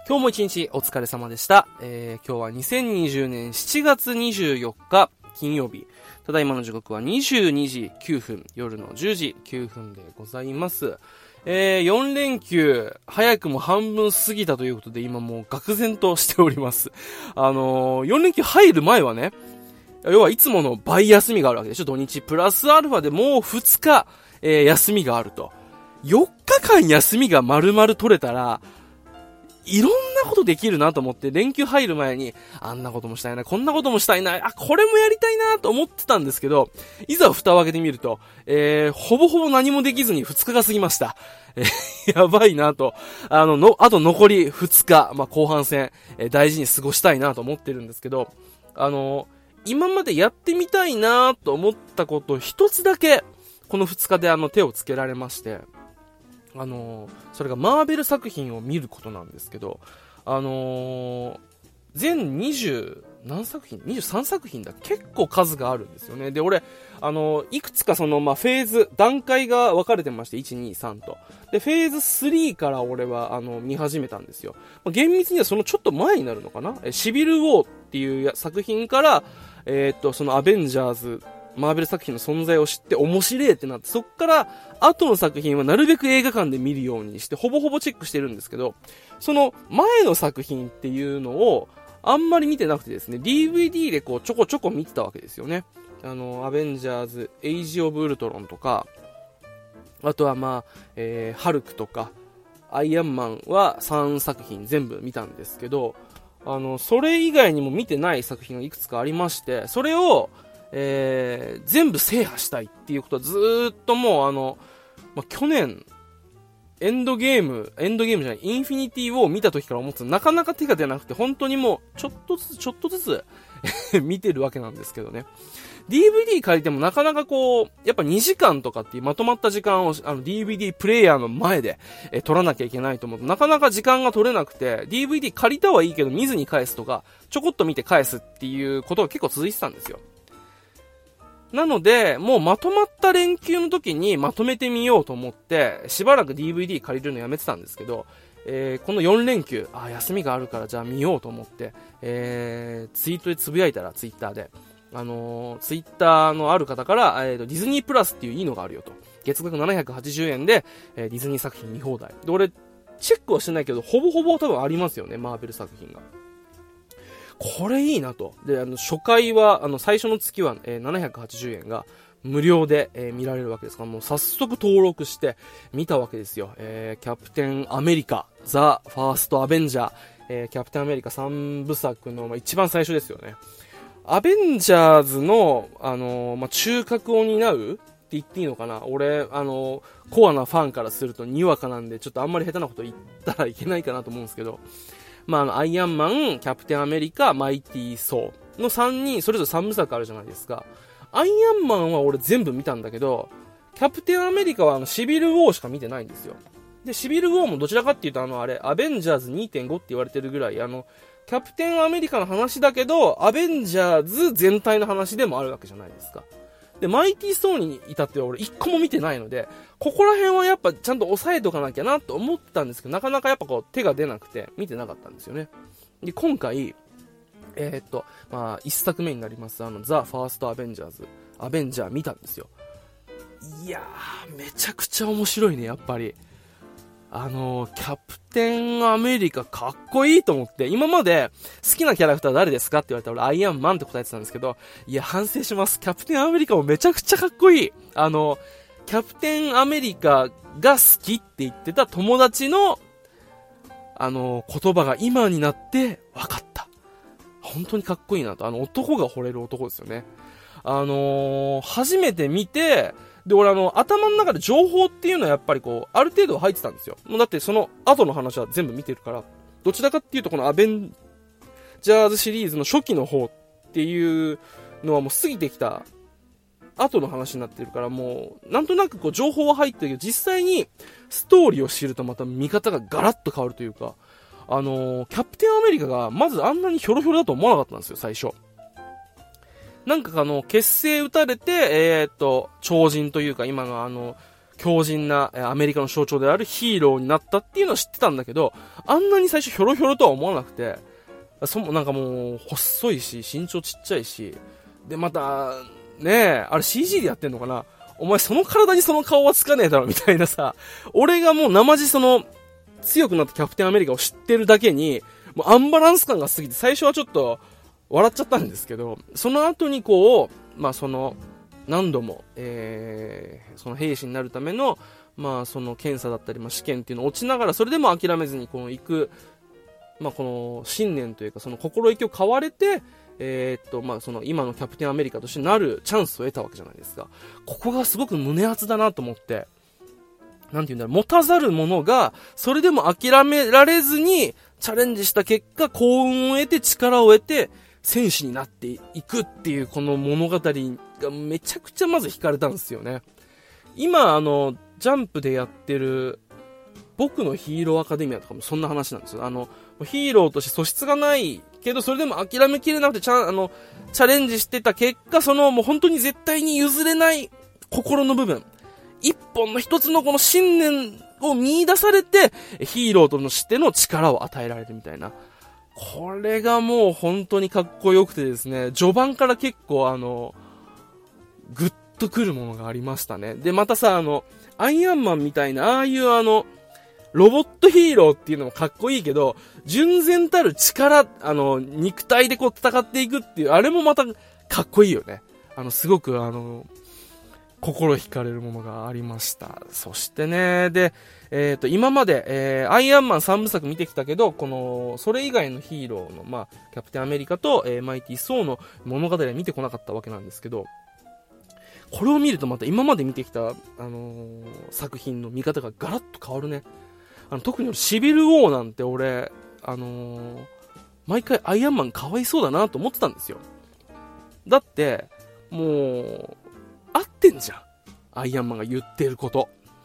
今日も一日お疲れ様でした。今日は2020年7月24日金曜日。ただいまの時刻は22時9分、夜の10時9分でございます。4連休、早くも半分過ぎたということで、今もう愕然としております。4連休入る前はね、要はいつもの倍休みがあるわけでしょ、土日。プラスアルファでもう2日、休みがあると。4日間休みが丸々取れたら、いろんなことできるなと思って、連休入る前に、あんなこともしたいな、こんなこともしたいな、これもやりたいなと思ってたんですけど、いざ蓋を開けてみると、ほぼほぼ何もできずに2日が過ぎました。やばいなと。あと残り2日、後半戦、大事に過ごしたいなと思ってるんですけど、今までやってみたいなと思ったこと一つだけ、この2日で手をつけられまして、それがマーベル作品を見ることなんですけど、全20何作品 ?23 作品だ。結構数があるんですよね。で、俺、いくつかフェーズ、段階が分かれてまして、1、2、3と。で、フェーズ3から俺は、見始めたんですよ。厳密にはそのちょっと前になるのかな？シビルウォーっていう作品から、そのアベンジャーズ、マーベル作品の存在を知って面白いってなって、そっから後の作品はなるべく映画館で見るようにしてほぼほぼチェックしてるんですけど、その前の作品っていうのをあんまり見てなくてですね、 DVD でこうちょこちょこ見てたわけですよね。アベンジャーズエイジオブウルトロンとか、あとはハルクとかアイアンマンは3作品全部見たんですけど、それ以外にも見てない作品がいくつかありまして、それを全部制覇したいっていうことはずーっともう去年エンドゲームじゃない、インフィニティを見た時から思ってた。なかなか手が出なくて、本当にもうちょっとずつ見てるわけなんですけどね。DVD 借りてもなかなかやっぱ2時間とかっていうまとまった時間をDVD プレイヤーの前で、撮らなきゃいけないと思うと、なかなか時間が取れなくて、DVD 借りたはいいけど見ずに返すとか、ちょこっと見て返すっていうことが結構続いてたんですよ。なので、もうまとまった連休の時にまとめてみようと思って、しばらく DVD 借りるのやめてたんですけど、この4連休、休みがあるからじゃあ見ようと思って、ツイートでつぶやいたら、ツイッターで、ツイッターのある方から、ディズニープラスっていういいのがあるよと。月額780円で、ディズニー作品見放題。で、俺、チェックはしてないけど、ほぼほぼ多分ありますよね、マーベル作品が。これいいなと。で、初回は、最初の月は、780円が無料で、見られるわけですから、もう早速登録して見たわけですよ。キャプテンアメリカ、ザ・ファースト・アベンジャー、キャプテンアメリカ3部作の、一番最初ですよね。アベンジャーズの、中核を担うって言っていいのかな。俺、コアなファンからするとにわかなんで、ちょっとあんまり下手なこと言ったらいけないかなと思うんですけど、アイアンマン、キャプテンアメリカ、マイティー・ソーの3人、それぞれ3部作あるじゃないですか。アイアンマンは俺全部見たんだけど、キャプテンアメリカはシビルウォーしか見てないんですよ。で、シビルウォーもどちらかっていうとアベンジャーズ 2.5 って言われてるぐらい、キャプテンアメリカの話だけど、アベンジャーズ全体の話でもあるわけじゃないですか。で、マイティー・ソーに至っては俺一個も見てないので、ここら辺はやっぱちゃんと抑えとかなきゃなと思ってたんですけど、なかなかやっぱ手が出なくて見てなかったんですよね。で、今回、一作目になります、ザ・ファースト・アベンジャー見たんですよ。いやー、めちゃくちゃ面白いね、やっぱり。キャプテンアメリカかっこいいと思って、今まで好きなキャラクター誰ですかって言われたら俺アイアンマンって答えてたんですけど、いや、反省します。キャプテンアメリカもめちゃくちゃかっこいい。キャプテンアメリカが好きって言ってた友達の、言葉が今になって分かった。本当にかっこいいなと。男が惚れる男ですよね。初めて見て、で、俺頭の中で情報っていうのはやっぱりある程度入ってたんですよ。もうだってその後の話は全部見てるから、どちらかっていうとこのアベンジャーズシリーズの初期の方っていうのはもう過ぎてきた後の話になってるから、もうなんとなく情報は入ってるけど、実際にストーリーを知るとまた見方がガラッと変わるというか、キャプテンアメリカがまずあんなにヒョロヒョロだと思わなかったんですよ、最初。なんか結成打たれて、超人というか今の強靭なアメリカの象徴であるヒーローになったっていうのは知ってたんだけど、あんなに最初ひょろひょろとは思わなくて、なんかもう、細いし、身長ちっちゃいし、で、また、ねえ、あれ CG でやってんのかな？お前その体にその顔はつかねえだろみたいなさ、俺がもう生地強くなったキャプテンアメリカを知ってるだけに、もうアンバランス感が過ぎて、最初はちょっと笑っちゃったんですけど、その後に何度も、その兵士になるための、その検査だったり、試験っていうのを落ちながら、それでも諦めずに行く、この信念というか、その心意気を買われて、その今のキャプテンアメリカとしてなるチャンスを得たわけじゃないですか。ここがすごく胸熱だなと思って、なんていうんだろう、持たざる者が、それでも諦められずに、チャレンジした結果、幸運を得て、力を得て、戦士になっていくっていう、この物語がめちゃくちゃまず惹かれたんですよね。今、ジャンプでやってる、僕のヒーローアカデミアとかもそんな話なんですよ。ヒーローとして素質がないけど、それでも諦めきれなくてチャレンジしてた結果、もう本当に絶対に譲れない心の部分、一本の一つのこの信念を見出されて、ヒーローとしての力を与えられるみたいな。これがもう本当にかっこよくてですね、序盤から結構グッとくるものがありましたね。で、またさ、アイアンマンみたいな、ああいうロボットヒーローっていうのもかっこいいけど、純然たる力、肉体で戦っていくっていう、あれもまたかっこいいよね。すごく心惹かれるものがありました。そしてね、で、今まで、アイアンマン3部作見てきたけど、それ以外のヒーローの、キャプテンアメリカと、マイティ・ソーの物語は見てこなかったわけなんですけど、これを見るとまた今まで見てきた、作品の見方がガラッと変わるね。特にシビル・ウォーなんて俺、毎回アイアンマンかわいそうだなと思ってたんですよ。だって、もう、合ってんじゃん。アイアンマンが言ってること。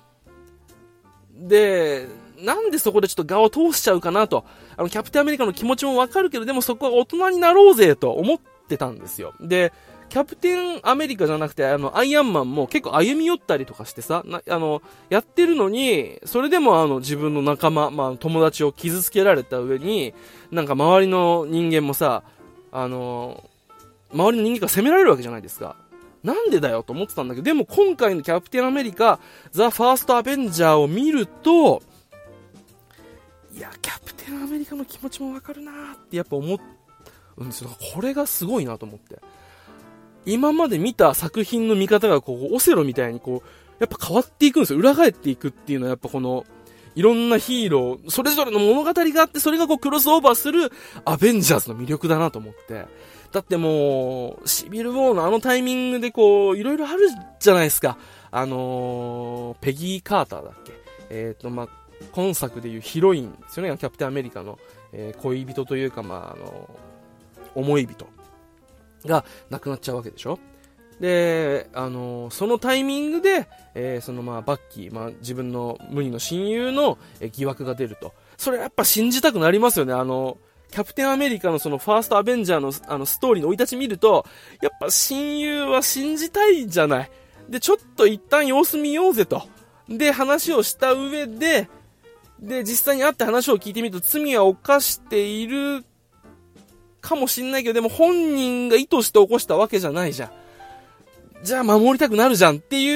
で、なんでそこでちょっと画を通しちゃうかなと。キャプテンアメリカの気持ちもわかるけど、でもそこは大人になろうぜと思ってたんですよ。で、キャプテンアメリカじゃなくて、アイアンマンも結構歩み寄ったりとかしてさ、やってるのに、それでも自分の仲間、友達を傷つけられた上に、なんか周りの人間もさ、周りの人間が責められるわけじゃないですか。なんでだよと思ってたんだけど、でも今回のキャプテンアメリカ、ザ・ファースト・アベンジャーを見ると、いや、キャプテンアメリカの気持ちもわかるなーってやっぱ思うんですよ。これがすごいなと思って。今まで見た作品の見方がオセロみたいにやっぱ変わっていくんですよ。裏返っていくっていうのはやっぱいろんなヒーロー、それぞれの物語があって、それがクロスオーバーするアベンジャーズの魅力だなと思って。だってもう、シビル・ウォーのタイミングでいろいろあるじゃないですか。ペギー・カーターだっけ？今作でいうヒロインですよね。キャプテンアメリカの、恋人というか、思い人が亡くなっちゃうわけでしょ。で、そのタイミングで、バッキー、自分の無二の親友の疑惑が出ると。それやっぱ信じたくなりますよね。キャプテンアメリカのファーストアベンジャーのストーリーの生い立ち見ると、やっぱ親友は信じたいじゃない。で、ちょっと一旦様子見ようぜと。で、話をした上で、実際に会って話を聞いてみると、罪は犯しているかもしんないけど、でも本人が意図して起こしたわけじゃないじゃん。じゃあ守りたくなるじゃんっていう、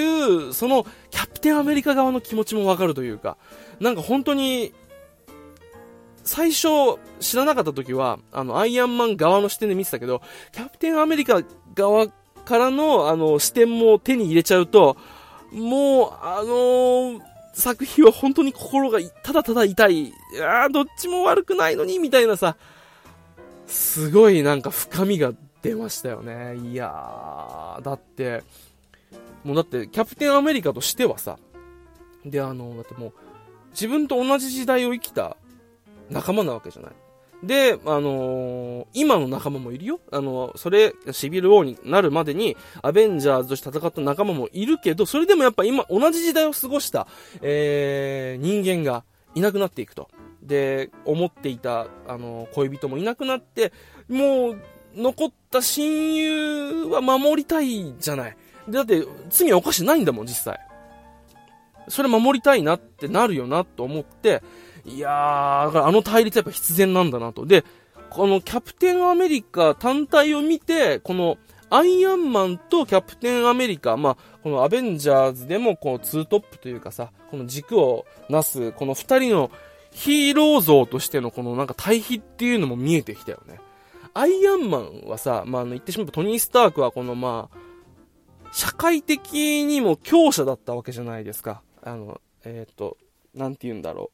そのキャプテンアメリカ側の気持ちもわかるというか、なんか本当に、最初知らなかった時は、アイアンマン側の視点で見てたけど、キャプテンアメリカ側からの視点も手に入れちゃうと、もう作品は本当に心がただただ痛い。どっちも悪くないのにみたいなさ、すごいなんか深みが出ましたよね。いやー、だってキャプテンアメリカとしてはさ、でだってもう自分と同じ時代を生きた仲間なわけじゃない。で、今の仲間もいるよ。シビルウォーになるまでに、アベンジャーズとして戦った仲間もいるけど、それでもやっぱ今、同じ時代を過ごした、人間がいなくなっていくと。で、思っていた、恋人もいなくなって、もう、残った親友は守りたいじゃない。で、だって、罪は犯してないんだもん、実際。 それ守りたいなってなるよなと思って、いやー、だからあの対立やっぱ必然なんだなと。で、このキャプテンアメリカ単体を見て、このアイアンマンとキャプテンアメリカ、まあ、このアベンジャーズでもこうツートップというかさ、この軸をなす、この二人のヒーロー像としてのこのなんか対比っていうのも見えてきたよね。アイアンマンはさ、まあ、言ってしまえばトニー・スタークはこのまあ、社会的にも強者だったわけじゃないですか。なんて言うんだろ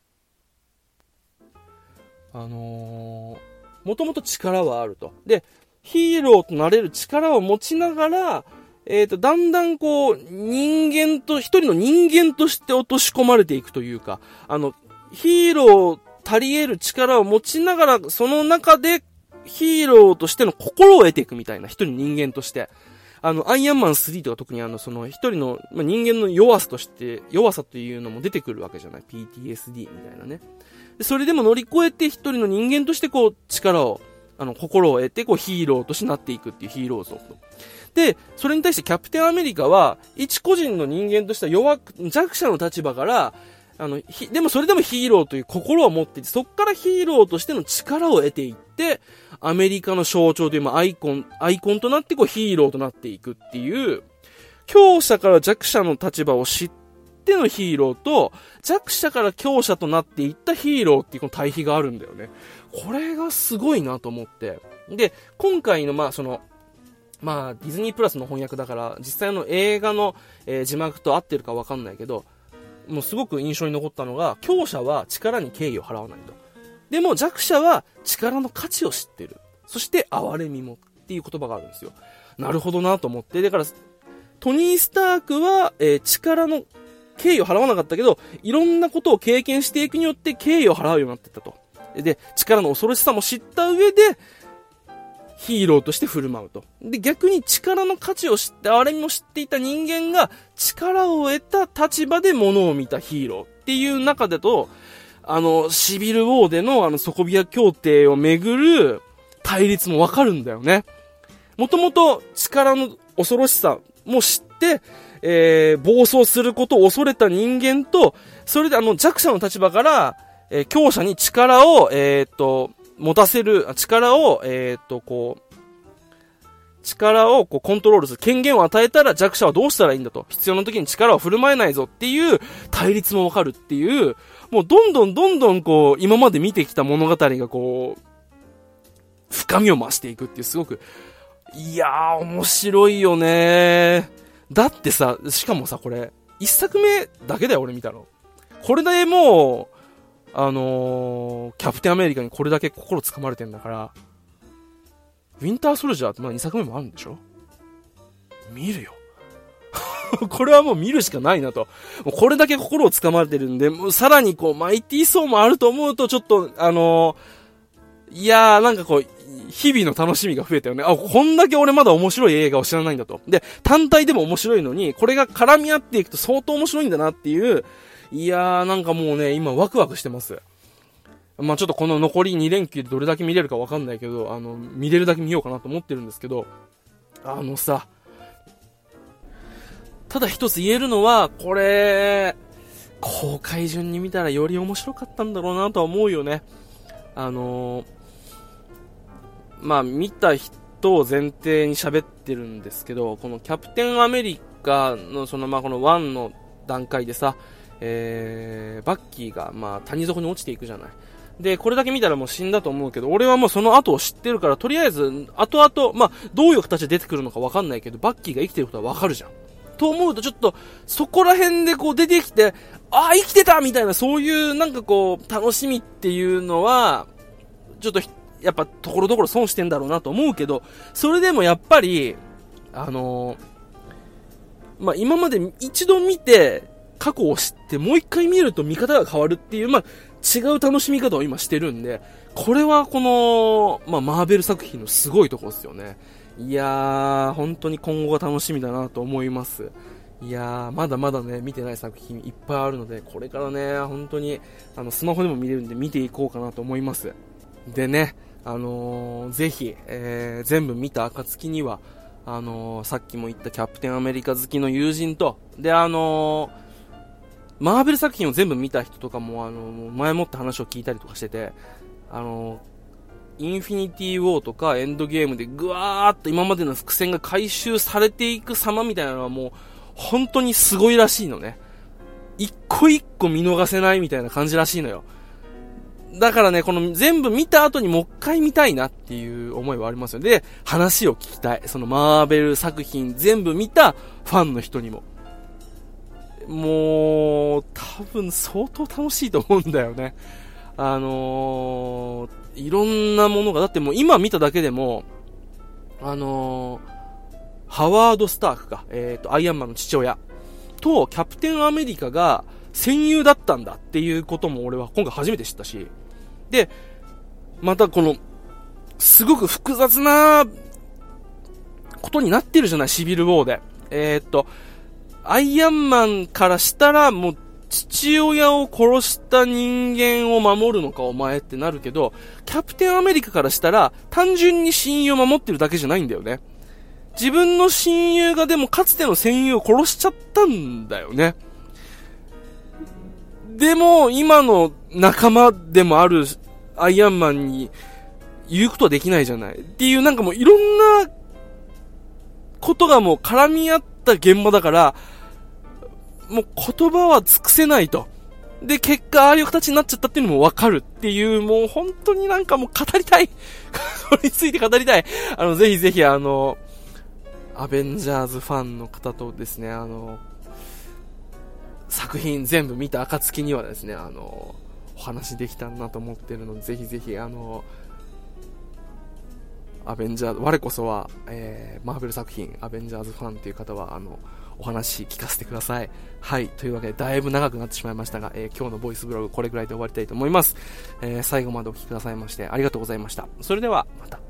う。もともと力はあると。で、ヒーローとなれる力を持ちながら、だんだんこう、一人の人間として落とし込まれていくというか、ヒーロー足り得る力を持ちながら、その中でヒーローとしての心を得ていくみたいな、一人の人間として。アイアンマン3とか特にその一人の、まあ、人間の弱さとして、弱さというのも出てくるわけじゃない。PTSD みたいなね。でそれでも乗り越えて一人の人間としてこう、力を、心を得て、こう、ヒーローとしてなっていくっていうヒーロー像と。で、それに対してキャプテンアメリカは、一個人の人間としては弱者の立場から、でもそれでもヒーローという心を持っていて、そっからヒーローとしての力を得ていって、アメリカの象徴という、まあ、アイコンとなってこうヒーローとなっていくっていう、強者から弱者の立場を知ってのヒーローと、弱者から強者となっていったヒーローっていうこの対比があるんだよね。これがすごいなと思って。で、今回のディズニープラスの翻訳だから、実際の映画の、字幕と合ってるかわかんないけど、もうすごく印象に残ったのが、強者は力に敬意を払わないと。でも弱者は力の価値を知ってる。そして憐れみもっていう言葉があるんですよ。なるほどなと思って。だから、トニー・スタークは、力の敬意を払わなかったけど、いろんなことを経験していくによって敬意を払うようになっていったと。で、力の恐ろしさも知った上で、ヒーローとして振る舞うと。で、逆に力の価値を知って、あれも知っていた人間が力を得た立場で物を見たヒーローっていう中でと、シビルウォーでのソコビア協定をめぐる対立もわかるんだよね。もともと力の恐ろしさも知って、暴走することを恐れた人間と、それで弱者の立場から、強者に力を、持たせる、力をコントロールする権限を与えたら弱者はどうしたらいいんだと。必要な時に力を振る舞えないぞっていう対立もわかるっていう、もうどんどんこう、今まで見てきた物語がこう、深みを増していくっていうすごく、いやー面白いよねー。だってさ、しかもさこれ、一作目だけだよ俺見たの。これでもう、キャプテンアメリカにこれだけ心つかまれてんだから、ウィンターソルジャーってまだ2作目もあるんでしょ？見るよ。これはもう見るしかないなと。もうこれだけ心をつかまれてるんで、もうさらにこう、マイティーソーもあると思うと、ちょっと、いやー、なんかこう、日々の楽しみが増えたよね。こんだけ俺まだ面白い映画を知らないんだと。で、単体でも面白いのに、これが絡み合っていくと相当面白いんだなっていう、いやーなんかもうね、今ワクワクしてます。まあちょっとこの残り2連休でどれだけ見れるかわかんないけど、見れるだけ見ようかなと思ってるんですけど、ただ一つ言えるのは、これ、公開順に見たらより面白かったんだろうなとは思うよね。まあ見た人を前提に喋ってるんですけど、このキャプテンアメリカのこの1の段階でさ、バッキーがまあ谷底に落ちていくじゃない。で、これだけ見たらもう死んだと思うけど、俺はもうその後を知ってるから、とりあえず、後々、まあ、どういう形で出てくるのかわかんないけど、バッキーが生きてることはわかるじゃん。と思うとちょっと、そこら辺でこう出てきて、生きてたみたいな、そういうなんかこう、楽しみっていうのは、ちょっと、やっぱ、ところどころ損してんだろうなと思うけど、それでもやっぱり、まあ、今まで一度見て、過去を知って、もう一回見ると見方が変わるっていう、まあ、違う楽しみ方を今してるんで、これはこの、まあ、マーベル作品のすごいところですよね。いやー、本当に今後が楽しみだなと思います。いやー、まだまだね、見てない作品いっぱいあるので、これからね、本当に、スマホでも見れるんで見ていこうかなと思います。でね、ぜひ、全部見た暁には、さっきも言ったキャプテンアメリカ好きの友人と、で、 マーベル作品を全部見た人とかも、前もって話を聞いたりとかしてて、インフィニティウォーとかエンドゲームでぐわーっと今までの伏線が回収されていく様みたいなのはもう、本当にすごいらしいのね。一個一個見逃せないみたいな感じらしいのよ。だからね、この全部見た後にもう一回見たいなっていう思いはありますよ。で、話を聞きたい。そのマーベル作品全部見たファンの人にも。もう、多分相当楽しいと思うんだよね。いろんなものが、だってもう今見ただけでも、ハワード・スタークか、アイアンマンの父親とキャプテンアメリカが戦友だったんだっていうことも俺は今回初めて知ったし、で、またこの、すごく複雑なことになってるじゃない、シビルウォーで。アイアンマンからしたらもう父親を殺した人間を守るのかお前ってなるけど、キャプテンアメリカからしたら単純に親友を守ってるだけじゃないんだよね。自分の親友がでもかつての戦友を殺しちゃったんだよね。でも今の仲間でもあるアイアンマンに言うことはできないじゃないっていう、なんかもういろんなことがもう絡み合った現場だから、もう言葉は尽くせないと。で、結果ああいう形になっちゃったっていうのもわかるっていう、もう本当になんかもう語りたい。これについて語りたい。ぜひぜひアベンジャーズファンの方とですね、作品全部見た暁にはですね、お話できたらなと思ってるので、ぜひぜひアベンジャーズ、我こそは、マーベル作品、アベンジャーズファンという方は、お話聞かせてください。はい。というわけで、だいぶ長くなってしまいましたが、今日のボイスブログ、これぐらいで終わりたいと思います。最後までお聞きくださいまして、ありがとうございました。それでは、また。